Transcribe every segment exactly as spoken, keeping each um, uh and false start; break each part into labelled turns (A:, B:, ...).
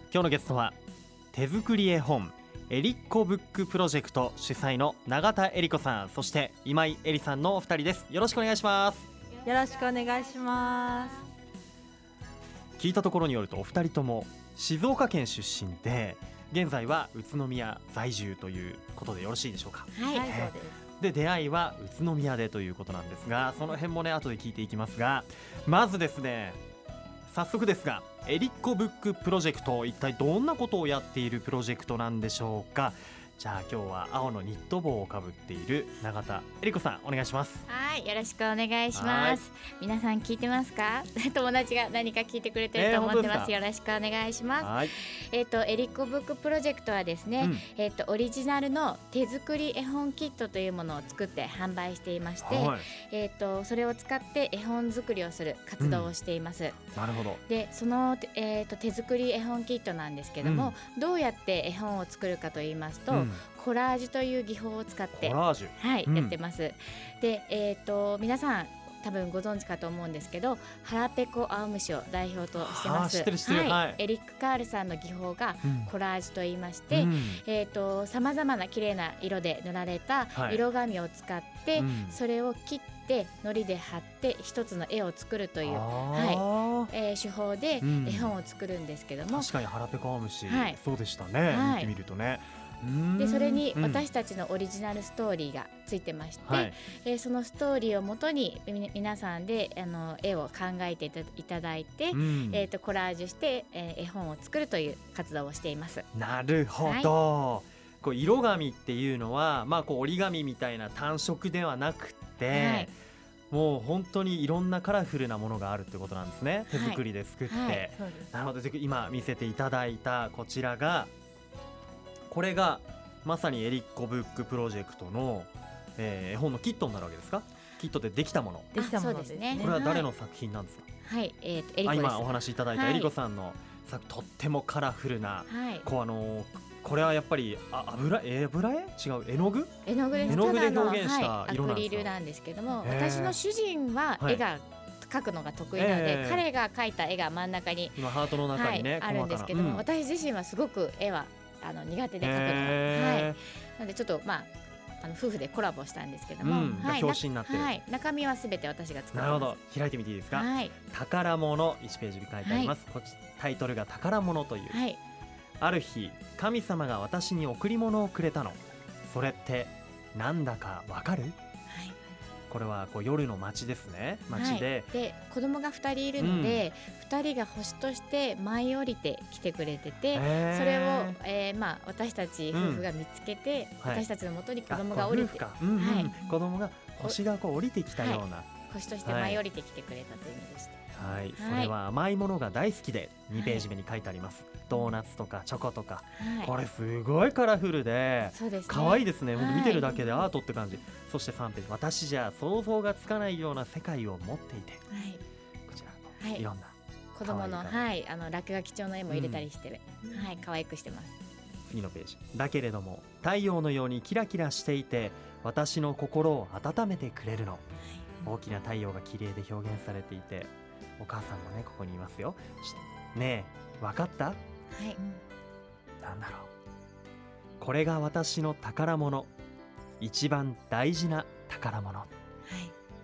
A: 今日のゲストは手作り絵本えりっこブックプロジェクト主催の永田恵里子さん、そして今井絵里さんのお二人です。よろしくお願いします。
B: よろしくお願いします。
A: 聞いたところによるとお二人とも静岡県出身で現在は宇都宮在住ということでよろしいでしょうか。
B: はい、はい、
A: えー
B: そうです。
A: で出会いは宇都宮でということなんですが、その辺もね後で聞いていきますが、まずですね早速ですがえりっこブックプロジェクト、一体どんなことをやっているプロジェクトなんでしょうか。じゃあ今日は青のニット帽をかぶっている永田恵里子さんお願いします。
C: はい、よろしくお願いします。皆さん聞いてますか？友達が何か聞いてくれてると思ってます、えー、よろしくお願いします。はい、えっ、ー、とえりっこブックプロジェクトはですね、うん、えっ、ー、とオリジナルの手作り絵本キットというものを作って販売していまして、はい、えっ、ー、とそれを使って絵本作りをする活動をしています。うん、
A: なるほど。
C: でその、えー、と手作り絵本キットなんですけども、うん、どうやって絵本を作るかと言いますと、うん、コラージュという技法を使って
A: コラージュ、
C: はい、
A: うん、
C: やってます。で、えー、と皆さん多分ご存知かと思うんですけど、腹ペコ青虫を代表としてます。
A: 知ってる知ってる、はいはい、
C: エリック・カールさんの技法がコラージュと言いまして、さまざまな綺麗な色で塗られた色紙を使って、はい、それを切って糊で貼って一つの絵を作るという、はいえー、手法で絵本を作るんですけども、
A: 確かに腹ペコ青虫、はい、そうでしたね、
C: はい、
A: 見てみるとね。
C: でそれに私たちのオリジナルストーリーがついてまして、はいえー、そのストーリーをもとに皆さんであの絵を考えていただいて、うんえー、とコラージュして、えー、絵本を作るという活動をしています。
A: なるほど、はい、こう色紙っていうのは、まあ、こう折り紙みたいな単色ではなくて、はい、もう本当にいろんなカラフルなものがあるってことなんですね。手作りで作って、はいはい、なるほど。今見せていただいたこちらがこれがまさにえりっこブックプロジェクトの、えー、絵本のキットになるわけですか？キットでできたもの。
B: できたものですね。
A: これは誰の作品なんですか？
C: はい、えー、とえりこです。
A: 今お話しいただいたえりこさんの作、はい、とってもカラフルな、はい、こうあのー、これはやっぱりあ油絵油絵違う絵の具
C: 絵の具です。
A: 絵の具で表現した色なんですか？
C: はい、アクリルなんですけども、私の主人は絵が、はい描くのが得意なので、えー、彼が描いた絵が真ん中に
A: 今ハートの中にね、はい、
C: あるんですけども、うん、私自身はすごく絵はあの苦手で描くのが、えーはい、なのでちょっとまああの夫婦でコラボしたんですけども、
A: うんはい、表紙になってる、
C: はい、中身はすべて私が作ってます。
A: なるほど、開いてみていいですか？はい、宝物いちページに書いてあります、はい、こっちタイトルが宝物という、はい、ある日神様が私に贈り物をくれたの、それってなんだかわかる？これはこう夜の街ですね。街で、
C: はい、で子供がふたりいるので、うん、ふたりが星として舞い降りてきてくれてて、えー、それを、えーまあ、私たち夫婦が見つけて、うん、私たちの元に子供が降りて、
A: うんうんはい、子供が星がこう降りてきたような、はい、
C: 星として舞い降りてきてくれたという意味でした。
A: はい、それは甘いものが大好きでにページ目に書いてあります、はい、ドーナツとかチョコとか、はい、これすごいカラフルで可愛いですね。本当見てるだけでアートって感じ、はい、そしてさんページ、私じゃ想像がつかないような世界を持っていて、はい、こちら、はい、いろんな
C: 子供の、はい、あの落書き帳の絵も入れたりして、うんはい、可愛くしてます。
A: 次のページ、だけれども太陽のようにキラキラしていて私の心を温めてくれるの、はい、大きな太陽が綺麗で表現されていて、お母さんもねここにいますよ。ねえ分かった？はい、なんだろう、これが私の宝物、一番大事な宝物、はい、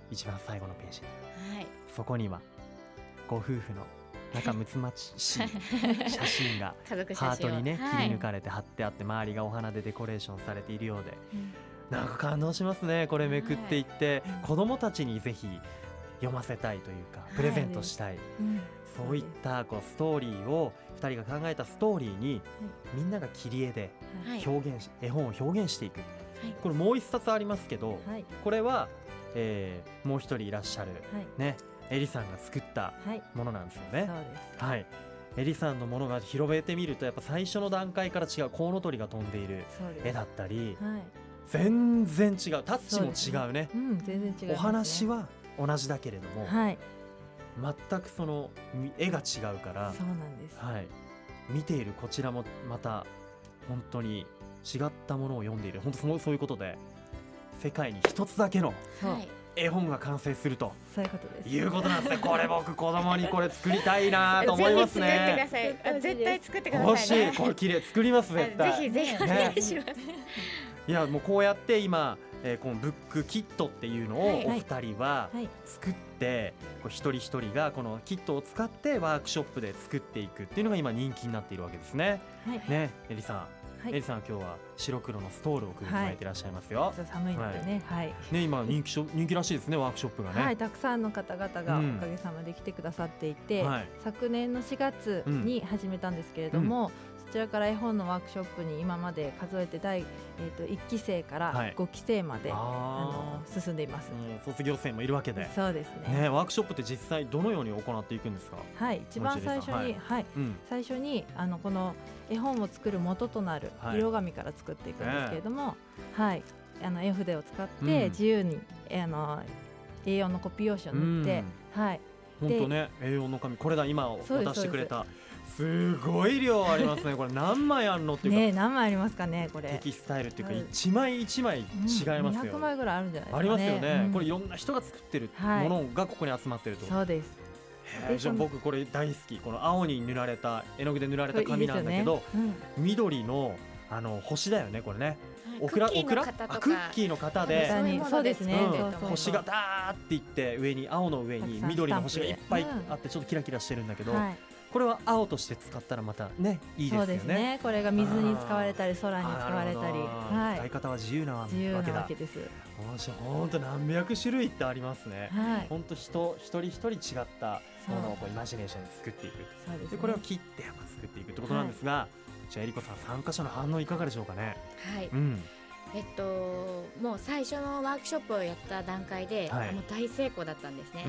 A: 一番最後のページ、はい、そこにはご夫婦の仲睦ましい写真がハートにね切り抜かれて貼ってあって、周りがお花でデコレーションされているようで、うん、なんか感動しますね。これめくっていって、はい、子供たちにぜひ読ませたいというかプレゼントしたい、はいうん、そういったこうストーリーをふたりが考えたストーリーに、はい、みんなが切り絵で表現し、はい、絵本を表現していく、はい、これもう一冊ありますけど、はい、これは、えー、もう一人いらっしゃる、はいね、エリさんが作ったものなんですよね、はい、そうです、はい、エリさんのものが広めてみるとやっぱ最初の段階から違う、コウノトリが飛んでいる絵だったり、はい、全然違う、タッチも違うね、うん、全然違いますね。お話は同じだけれども、はい、全くその絵が違うから、
B: そうなんです、
A: はい、見ているこちらもまた本当に違ったものを読んでいる、本当そういうことで世界に一つだけの絵本が完成すると
B: そういうことです。
A: いうことなんですね。これ僕子供にこれ作りたいなと思いますね。
C: ぜひ作ってください。あ絶対作ってください、ね。
A: 欲しい。これ綺麗作ります絶対。
C: ぜひぜひお願いします。
A: いやもうこうやって今、えー、このブックキットっていうのをお二人は作って、こう一人一人がこのキットを使ってワークショップで作っていくっていうのが今人気になっているわけですね。
B: はい、
A: ね、エリさん、はい、エリさんは今日は白黒のストールを首に巻いていらっしゃいますよ。はい、
B: 寒いのでね、はい、
A: ね今人気しょ人気らしいですねワークショップがね。
B: はい、たくさんの方々がおかげさまで来てくださっていて、うんはい、昨年のしがつに始めたんですけれども。うんそちらから絵本のワークショップに今まで数えて第、えー、といっきせいからごきせいまで、はい、あの進んでいます、
A: うん、卒業生もいるわけで。
B: そうです ね,
A: ねワークショップって実際どのように行っていくんですか。
B: はい一番最初に、はいはいうん、最初にあのこの絵本を作る元となる色紙から作っていくんですけれども、はい、はい、あの絵筆を使って自由に、うん、あの エーよん のコピー用紙を塗って、うん、はい
A: 本当ね エーよん の紙これだ今渡してくれたすごい量ありますね。これ何枚あるのっていうか、
B: ね、何枚ありますかねこれ。
A: テキスタイルっていうか一枚一枚違いますよ、うん、
B: にひゃくまいぐらいあるんじゃないですかね。
A: ありますよね、うん、これいろんな人が作ってるものがここに集まってると、
B: はい、そうです。
A: じゃあ僕これ大好き。この青に塗られた絵の具で塗られた紙なんだけど、いい、ねうん、緑のあの星だよねこれね。オクラ、オクラ、クッキーの型で、
B: そうですね、
A: うん、星がダーっていって上に青の上に緑の星がいっぱいあってちょっとキラキラしてるんだけど、はい、これは青として使ったらまたねいいですよね。
B: そうですね。これが水に使われたり空に使われたり、
A: はい、使い方は自由なわけだ。
B: 自由なわけです。
A: 本当何百種類ってありますね。本当、はい、人一人一人違ったものをこうイマジネーションで作っていく。そうですね、でこれを切ってやっぱ作っていくってことなんですが、はい、じゃあえりこさん参加者の反応いかがでしょうかね。
C: はい。
A: うん
C: えっと、もう最初のワークショップをやった段階で、はい、もう大成功だったんですね、うん、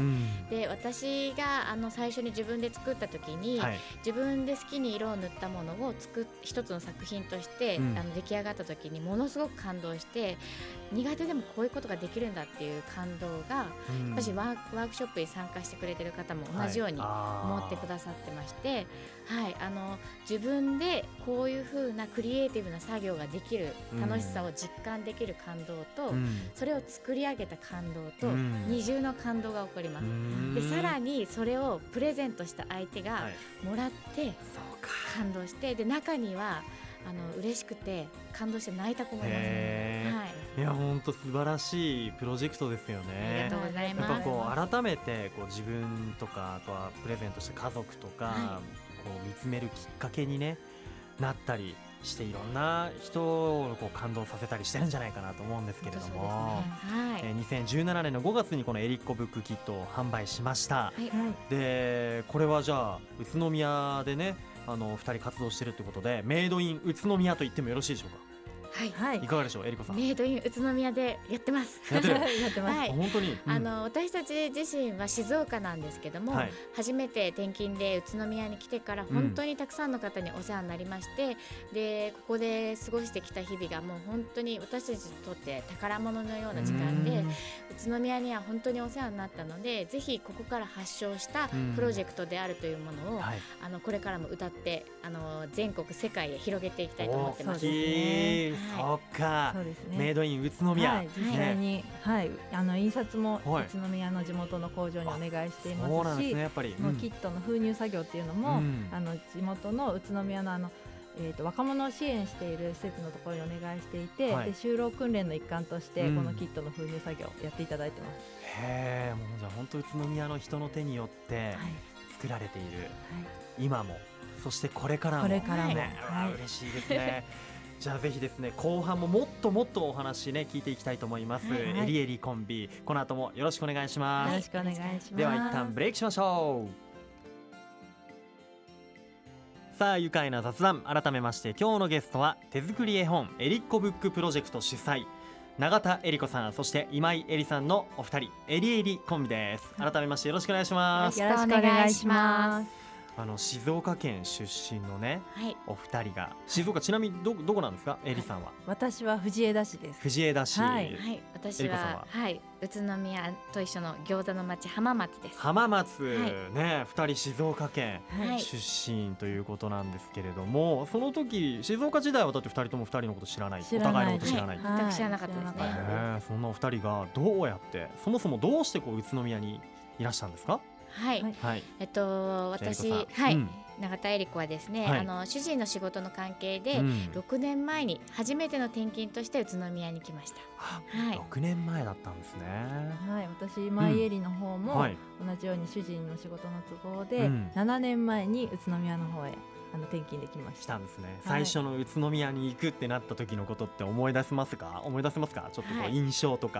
C: で私があの最初に自分で作った時に、はい、自分で好きに色を塗ったものを作っ一つの作品として、うん、あの出来上がった時にものすごく感動して、苦手でもこういうことができるんだっていう感動が、うん、やっぱしワーク、ワークショップに参加してくれてる方も同じように思ってくださってまして、はいはい、あの自分でこういう風なクリエイティブな作業ができる楽しさを実感できる感動と、うん、それを作り上げた感動と、うん、二重の感動が起こります、うん、でさらにそれをプレゼントした相手がもらって感動して、で中にはあの嬉しくて感動して泣いた子もいます、ねはい、
A: いや本当素晴らしいプロジェクトですよね。
C: ありがとうございます。
A: やっぱこう改めてこう自分とかあとはプレゼントした家族とか、はい、こう見つめるきっかけに、ね、なったりしていろんな人をこう感動させたりしてるんじゃないかなと思うんですけれども、ねはいえー、にせんじゅうななねんのごがつにこのエリッコブックキットを販売しました、はい、でこれはじゃあ宇都宮でねあのふたり活動してるということでメイドイン宇都宮と言ってもよろしいでしょうか。
C: はい、
A: いかがでしょうえりこさん。
C: メイドイン宇都宮でやってます
A: やってる
B: やってます、
A: はい、本当に、うん、
C: あの私たち自身は静岡なんですけども、はい、初めて転勤で宇都宮に来てから本当にたくさんの方にお世話になりまして、うん、でここで過ごしてきた日々がもう本当に私たちにとって宝物のような時間で、宇都宮には本当にお世話になったので、ぜひここから発祥したプロジェクトであるというものを、はい、あのこれからも歌ってあの全国世界へ広げていきたいと思ってます。
A: そうですね、そうか、そうですね、メイドイン宇都宮、
B: はい、実際に、はい、あの印刷も宇都宮の地元の工場にお願いしていますし、そうなんですね、やっぱり、うん、キットの封入作業っていうのも、うん、あの地元の宇都宮のあのえー、と若者を支援している施設のところにお願いしていて、はい、で就労訓練の一環としてこのキットの封入作業をやっていただいてます、
A: うん、へー、もうじゃあ本当宇都宮の人の手によって作られている、はい、今もそしてこれからも、
B: これからも、ね、
A: はい、嬉しいですねじゃあぜひですね後半ももっともっとお話ね聞いていきたいと思います、はいはい、エリエリコンビこの後もよろしくお願いします。
B: よろしくお願いします。
A: では一旦ブレイクしましょう。さあ愉快な雑談、改めまして今日のゲストは手作り絵本エリッコブックプロジェクト主催永田えりこさん、そして今井えりさんのお二人エリエリコンビです。改めましてよろしくお願いします。
B: よろしくお願いします。
A: あの静岡県出身のね、
C: はい、
A: お二人が静岡、ちなみに ど, どこなんですか、えりさんは。
B: 私は藤枝市です。
A: 藤枝市、
C: はい、はい、私は、ははい、宇都宮と一緒の餃子の町浜松です。
A: 浜松、はい、ね、二人静岡県出身ということなんですけれども、はい、その時静岡時代はだって二人とも二人のこと知らない、お互いのこと知らない、
C: はい、全く知らなかったですね。
A: はい、そんなお二人がどうやってそもそもどうしてこう宇都宮にいらしたんですか。
C: はい、はい、えっと私、はい、うん、永田恵理子はですね、はい、あの主人の仕事の関係で、うん、ろくねんまえに初めての転勤として宇都宮に来ました。
A: はい、ろくねんまえだったんですね。
B: はい、私今井絵里の方も、うん、はい、同じように主人の仕事の都合で、うん、ななねんまえに宇都宮の方へあの転勤できました。
A: したんですね。はい、最初の宇都宮に行くってなった時のことって思い出せますか。思い出せますか。ちょっとこう印象とか。はい、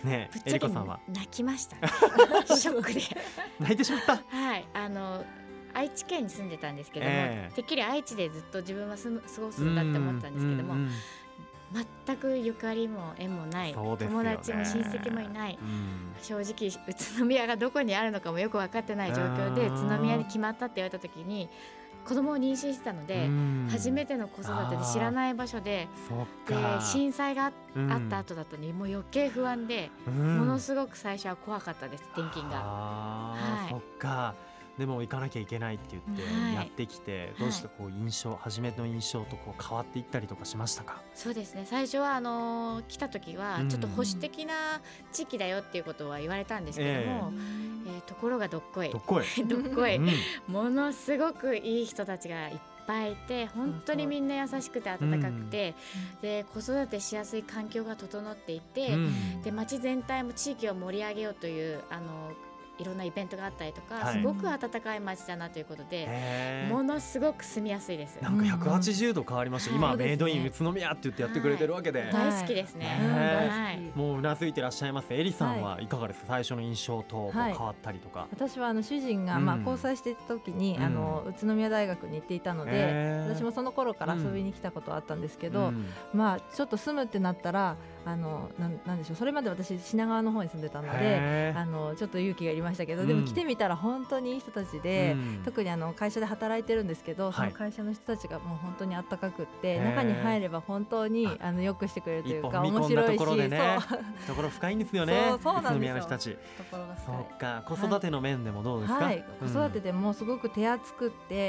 A: ね、
C: ぶっちゃけ泣きました、ね、ショックで
A: 泣いてしまった。
C: はい、あの愛知県に住んでたんですけども、えー、てっきり愛知でずっと自分は住む過ごすんだって思ったんですけども、全くゆかりも縁もない、友達も親戚もいない、正直宇都宮がどこにあるのかもよく分かってない状況で宇都宮に決まったって言われた時に、子供を妊娠してたので、初めての子育てで知らない場所で、で震災が あ, あった後だったのにもう余計不安で、ものすごく最初は怖かったです、転勤が。
A: はい、そっか。でも行かなきゃいけないって言ってやってきて、はい、どうしてこう印象、はい、初めの印象とこう変わっていったりとかしましたか。
C: そうですね、最初はあのー、来た時はちょっと保守的な地域だよっていうことは言われたんですけども、えーえー、ところがどっこい
A: どっこい
C: どっこい、うん、ものすごくいい人たちがいっぱいいて、本当にみんな優しくて温かくて、うん、で子育てしやすい環境が整っていて、うん、で町全体も地域を盛り上げようというあのいろんなイベントがあったりとか、はい、すごく温かい街だなということで、ものすごく住みやすいです。
A: なんかひゃくはちじゅうど変わりました、うん、今はメイドイン宇都宮って言ってやってくれてるわけで、はい、
C: 大好きですね、は
A: い、もううなずいてらっしゃいます。えりさんはいかがですか、最初の印象と変わったりとか。はい、
B: 私はあの主人がまあ交際していた時に、うん、あの宇都宮大学に行っていたので、私もその頃から遊びに来たことはあったんですけど、うん、まあちょっと住むってなったらあの な, なんでしょう、それまで私品川の方に住んでたので、あのちょっと勇気がいりましたけど、うん、でも来てみたら本当にいい人たちで、うん、特にあの会社で働いてるんですけど、その会社の人たちがもう本当にあったかくって、中に入れば本当にあのよくしてくれるというか、面白いし、
A: ところでね、ところ深いんですよね。
B: そうそうなんですよ、宇都宮
A: の人たち。
B: ところが深い。
A: そうか、子育ての面でもどうですか。はいはい、
B: 子育てでもすごく手厚くって、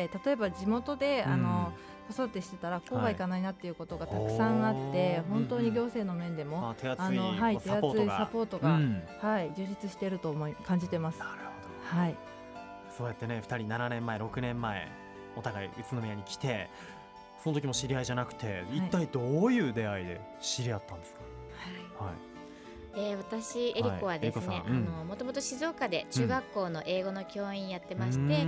B: 例えば地元であの、うん子育てしてたらこうはいかないなっていうことがたくさんあって、はい、本当に行政の面でも、
A: うん、手厚い、
B: はい、手厚いサポートが、
A: うん
B: はい、充実していると思い感じてます。
A: なるほど、はい、そうやってねふたりななねんまえろくねんまえお互い宇都宮に来て、その時も知り合いじゃなくて、はい、一体どういう出会いで知り合ったんですか。はい、はい
C: えー、私えりこはですね、もともと静岡で中学校の英語の教員やってまして、うん、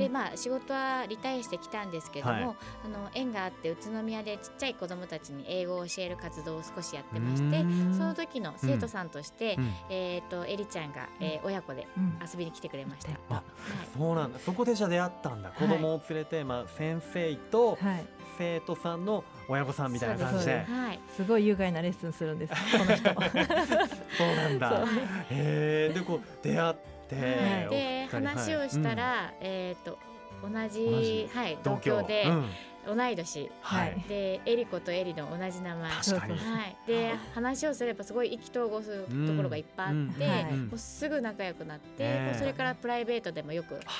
C: でまあ、仕事はリタイアしてきたんですけども、はい、あの縁があって宇都宮でちっちゃい子どもたちに英語を教える活動を少しやってまして、その時の生徒さんとして、うん、えー、とえりちゃんが、えー、親子で遊びに来てくれました。うん、あ、
A: はい、そうなんだ。そこでじゃ出会ったんだ。子供を連れて、はい、まあ、先生と生徒さんの親御さんみたいな感じで、
B: はい、すごい有害なレッスンするんですこの人
A: そうなんだ。へえ、でこう出会って、はい、
C: で話をしたら、はい、えっ、ー、と同じ、はい、同郷で、うん、同い年、はい、でえりことえりの同じ名前、
A: 確かに、
C: はい、で話をすればすごい意気投合するところがいっぱいあって、うんはい、もうすぐ仲良くなって、もうそれからプライベートでもよく、はい、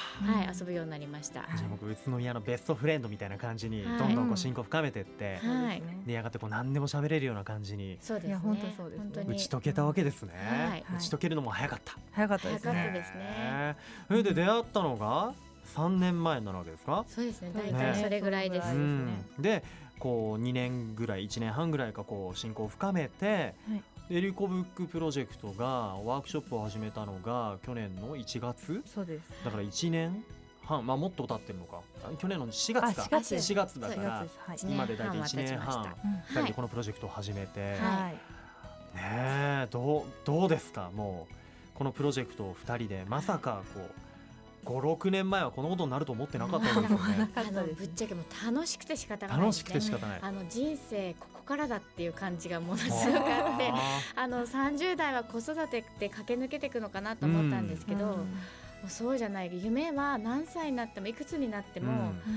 C: 遊ぶようになりました。
A: じゃあ僕宇都宮のベストフレンドみたいな感じにどんどんこう親交深めていって、はい、でやがてこう何でも喋れるような感じに、
C: そうですね、
B: 本当そうですね、
A: 打ち解けたわけですね、はい、打ち解けるのも早かった、
B: 早かったですね。
C: 早かったですね。
A: それで出会ったのがさんねんまえなわけですか。
C: そうですね、大体それぐらいです、ね、うん、
A: でこうにねんぐらいいちねんはんぐらいかこう親交を深めて、はい、エリコブックプロジェクトがワークショップを始めたのが去年のいちがつ。
B: そうです。
A: だからいちねんはん、まあ、もっと経ってるのか、去年のしがつか、しがつ、しがつだから、はい、今で大体いちねんはんふたりでこのプロジェクトを始めて、はい、ねえ、どう、どうですか。もうこのプロジェクトをふたりでまさかこうご、ろくねんまえはこのことになると思ってなかったんですよね。
C: あのぶっちゃけもう楽しくて仕方がないですね。
A: 楽しくて仕方ない。
C: あの人生ここからだっていう感じがものすごくあって、あのさんじゅう代は子育てで駆け抜けていくのかなと思ったんですけど、うん、 うそうじゃない、夢は何歳になってもいくつになっても、うん、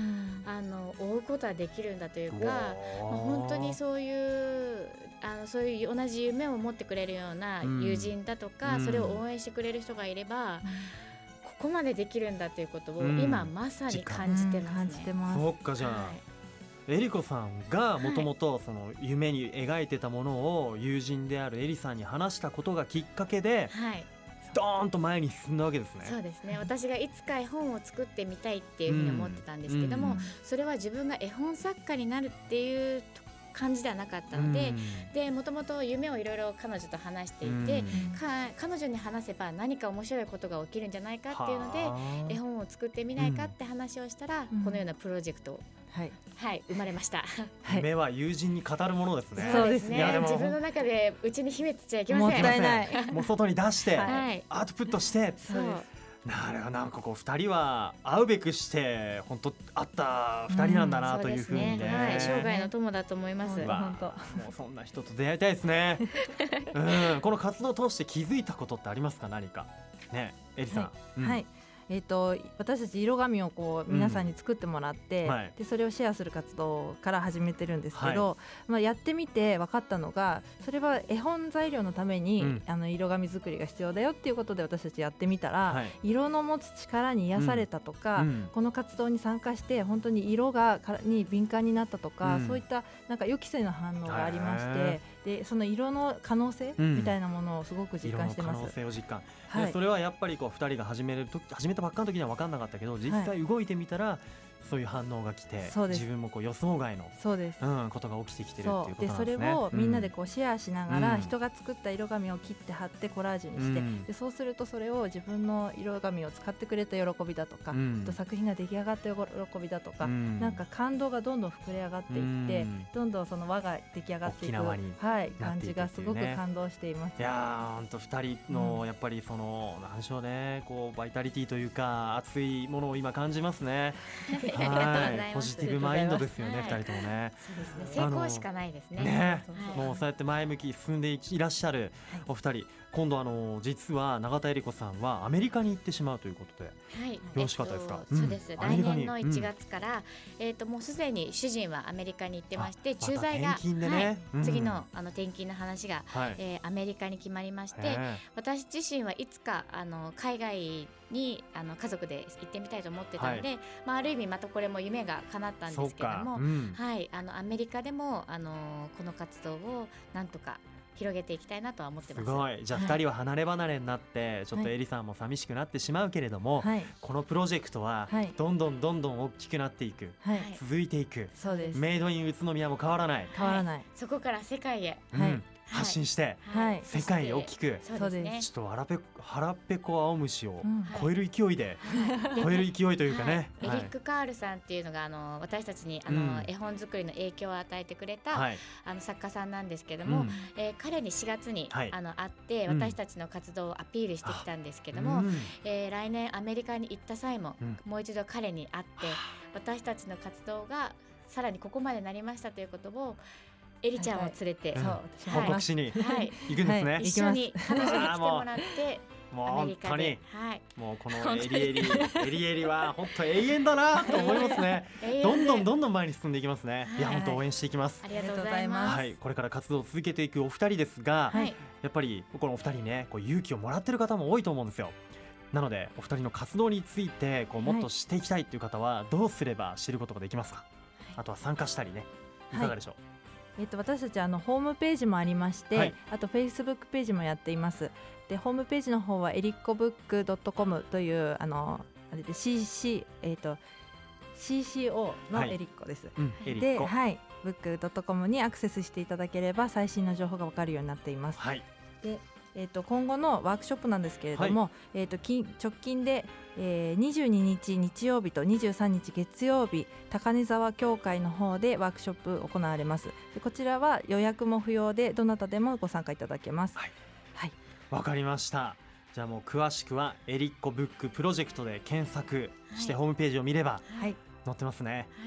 C: あの追うことはできるんだというか、まあ、本当にそういうあのそういう同じ夢を持ってくれるような友人だとか、うん、それを応援してくれる人がいれば、うん、ここまでできるんだということを今まさに感じてますね。
B: うん、
A: そっか、じゃあ、はい、えりこさんがもともとその夢に描いてたものを友人であるえりさんに話したことがきっかけで、はい、ドーンと前に進んだわけですね。
C: そうですね、私がいつか絵本を作ってみたいっていうふうに思ってたんですけども、うんうん、それは自分が絵本作家になるっていう感じではなかったので、うん、でもともと夢をいろいろ彼女と話していて、うん、か彼女に話せば何か面白いことが起きるんじゃないかっていうので絵本を作ってみないかって話をしたら、うん、このようなプロジェクトを、はいはい、生まれました。
A: 夢は友人に語るものですね。
C: そうですね。自分の中でうちに秘めてちゃいけません。
B: もったいない。
A: もう外に出して、はい、アウトプットして。そう。なるほど、なんかこうふたりは会うべくして本当会ったふたりなんだなというふうにね、
C: うん、はい、生涯の友だと思います。
A: 本当、もうそんな人と出会いたいですね。うん、この活動を通して気づいたことってありますか、何かね、えりさん。はい、
B: うん、はい、えー、と私たち色紙をこう皆さんに作ってもらって、うん、はい、でそれをシェアする活動から始めてるんですけど、はい、まあ、やってみて分かったのが、それは絵本材料のために、うん、あの色紙作りが必要だよっていうことで私たちやってみたら、はい、色の持つ力に癒されたとか、うん、この活動に参加して本当に色がに敏感になったとか、うん、そういったなんか予期せぬ反応がありまして、でその色の可能性みたいなものをすごく実感してます。
A: 色の可能性を実感、はい、それはやっぱりこうふたりが始めると始めたばっかの時には分かんなかったけど、実際動いてみたら、はい、そういう反応が来て、自分もこう予想外の
B: そうです、
A: うん、ことが起きてきてるっていうことなんですね。
B: でそれをみんなでこうシェアしながら、うん、人が作った色紙を切って貼ってコラージュにして、うん、でそうするとそれを自分の色紙を使ってくれた喜びだとか、うん、と作品が出来上がった喜びだとか、うん、なんか感動がどんどん膨れ上がっていって、うん、どんどんその輪が出来上がっていく、はい、感じがすごく感動しています。
A: いやー、ほんとふたりのやっぱりその、うん、なんでしょうね、こうバイタリティというか熱いものを今感じますね。はい、ポジティブマインドですよね、はい、ふたりともね。
C: そうですね、成功しかないですね。
A: ね、はい、もうそうやって前向き進んでいらっしゃるお二人、はい、今度あの実は永田絵里子さんはアメリカに行ってしまうということで、はい、よろしかったですか？
C: えっと、そうです、うん、来年のいちがつから、うん、えー、ともうすでに主人はアメリカに行ってまして、駐在が、ま転勤でね、はい、うん、次のあの転勤の話が、はい、えー、アメリカに決まりまして、私自身はいつかあの海外にあの家族で行ってみたいと思ってたので、はい、まあ、ある意味またこれも夢が叶ったんですけども、うん、はい、あのアメリカでもあのこの活動をなんとか広げていきたいなとは思ってます。
A: すごい。じゃあふたりは離れ離れになって、はい、ちょっとえりさんも寂しくなってしまうけれども、はい、このプロジェクトはどんどんどんどん大きくなっていく、はい、続いていく、そうです。メイドイン宇都宮も変わらない、
B: 変わらない、はい、
C: そこから世界へ、
A: うん、はい、発信して、はい、世界へ大きく、
C: そうですね、
A: ちょっと腹ペ腹ペコ青虫を超える勢いで、はい、超える勢いというかね、
C: はい、エリック・カールさんっていうのがあの私たちにあの、うん、絵本作りの影響を与えてくれた、はい、あの作家さんなんですけども、うん、えー、彼にしがつに、はい、あの会って私たちの活動をアピールしてきたんですけども、うん、えー、来年アメリカに行った際も、うん、もう一度彼に会って私たちの活動がさらにここまでなりましたということをエリちゃんを連れて、はいはい、
A: そう報告しに、はい、行くんですね、はい、
C: 一緒に彼女に来てもらって
A: もう本当に、はい、もうこのエリエリエリエリは本当永遠だなと思いますね。どんどんどんどん前に進んでいきますね、はい、いや本当応援していきます。
C: ありがとうございます、
A: はい、これから活動を続けていくお二人ですが、はい、やっぱりこのお二人ね、こう勇気をもらってる方も多いと思うんですよ。なのでお二人の活動についてこうもっと知っていきたいという方はどうすれば知ることができますか？はい、あとは参加したりね、いかがでしょう？はい、
B: えっと、私たちあのホームページもありまして、はい、あとフェイスブックページもやっています。でホームページの方はエリコブックドットコムというあのあれで シーシー、えっと シーシーオー のエリコです、はい、うん、で、はい、ブックドットコムにアクセスしていただければ最新の情報が分かるようになっています。はい、でえー、と今後のワークショップなんですけれども、はい、えー、と近直近で、えー、にじゅうににち日曜日とにじゅうさんにち月曜日高根沢教会の方でワークショップ行われます。でこちらは予約も不要でどなたでもご参加いただけます。はい、
A: はい、わかりました。じゃあもう詳しくはエリッコブックプロジェクトで検索してホームページを見れば載ってますね。はい、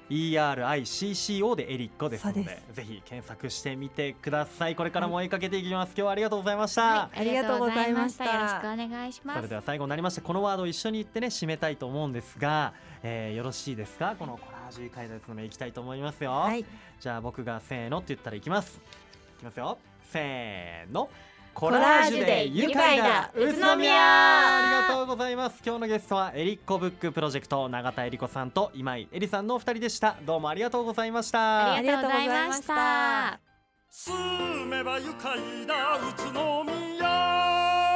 A: イーアールアイシーシーオー でエリッコですので、ぜひ検索してみてください。これからも追いかけていきます。今日はありがとうございました。
B: はい、ありがとうございました。
C: よろしくお願いします。
A: それでは最後になりまして、このワードを一緒に言ってね締めたいと思うんですが、えー、よろしいですか。このコラージュ愉快なやつのいきたいと思いますよ。はい、じゃあ僕がせーのって言ったらいきます。いきますよ。せーの。コラージュで愉快な宇都宮。ありがとうございます。今日のゲストはエリッコブックプロジェクト永田恵理子さんと今井絵理さんのお二人でした。どうもありがとうございました。
C: ありがとうございました。
D: 住めば愉快な宇都宮。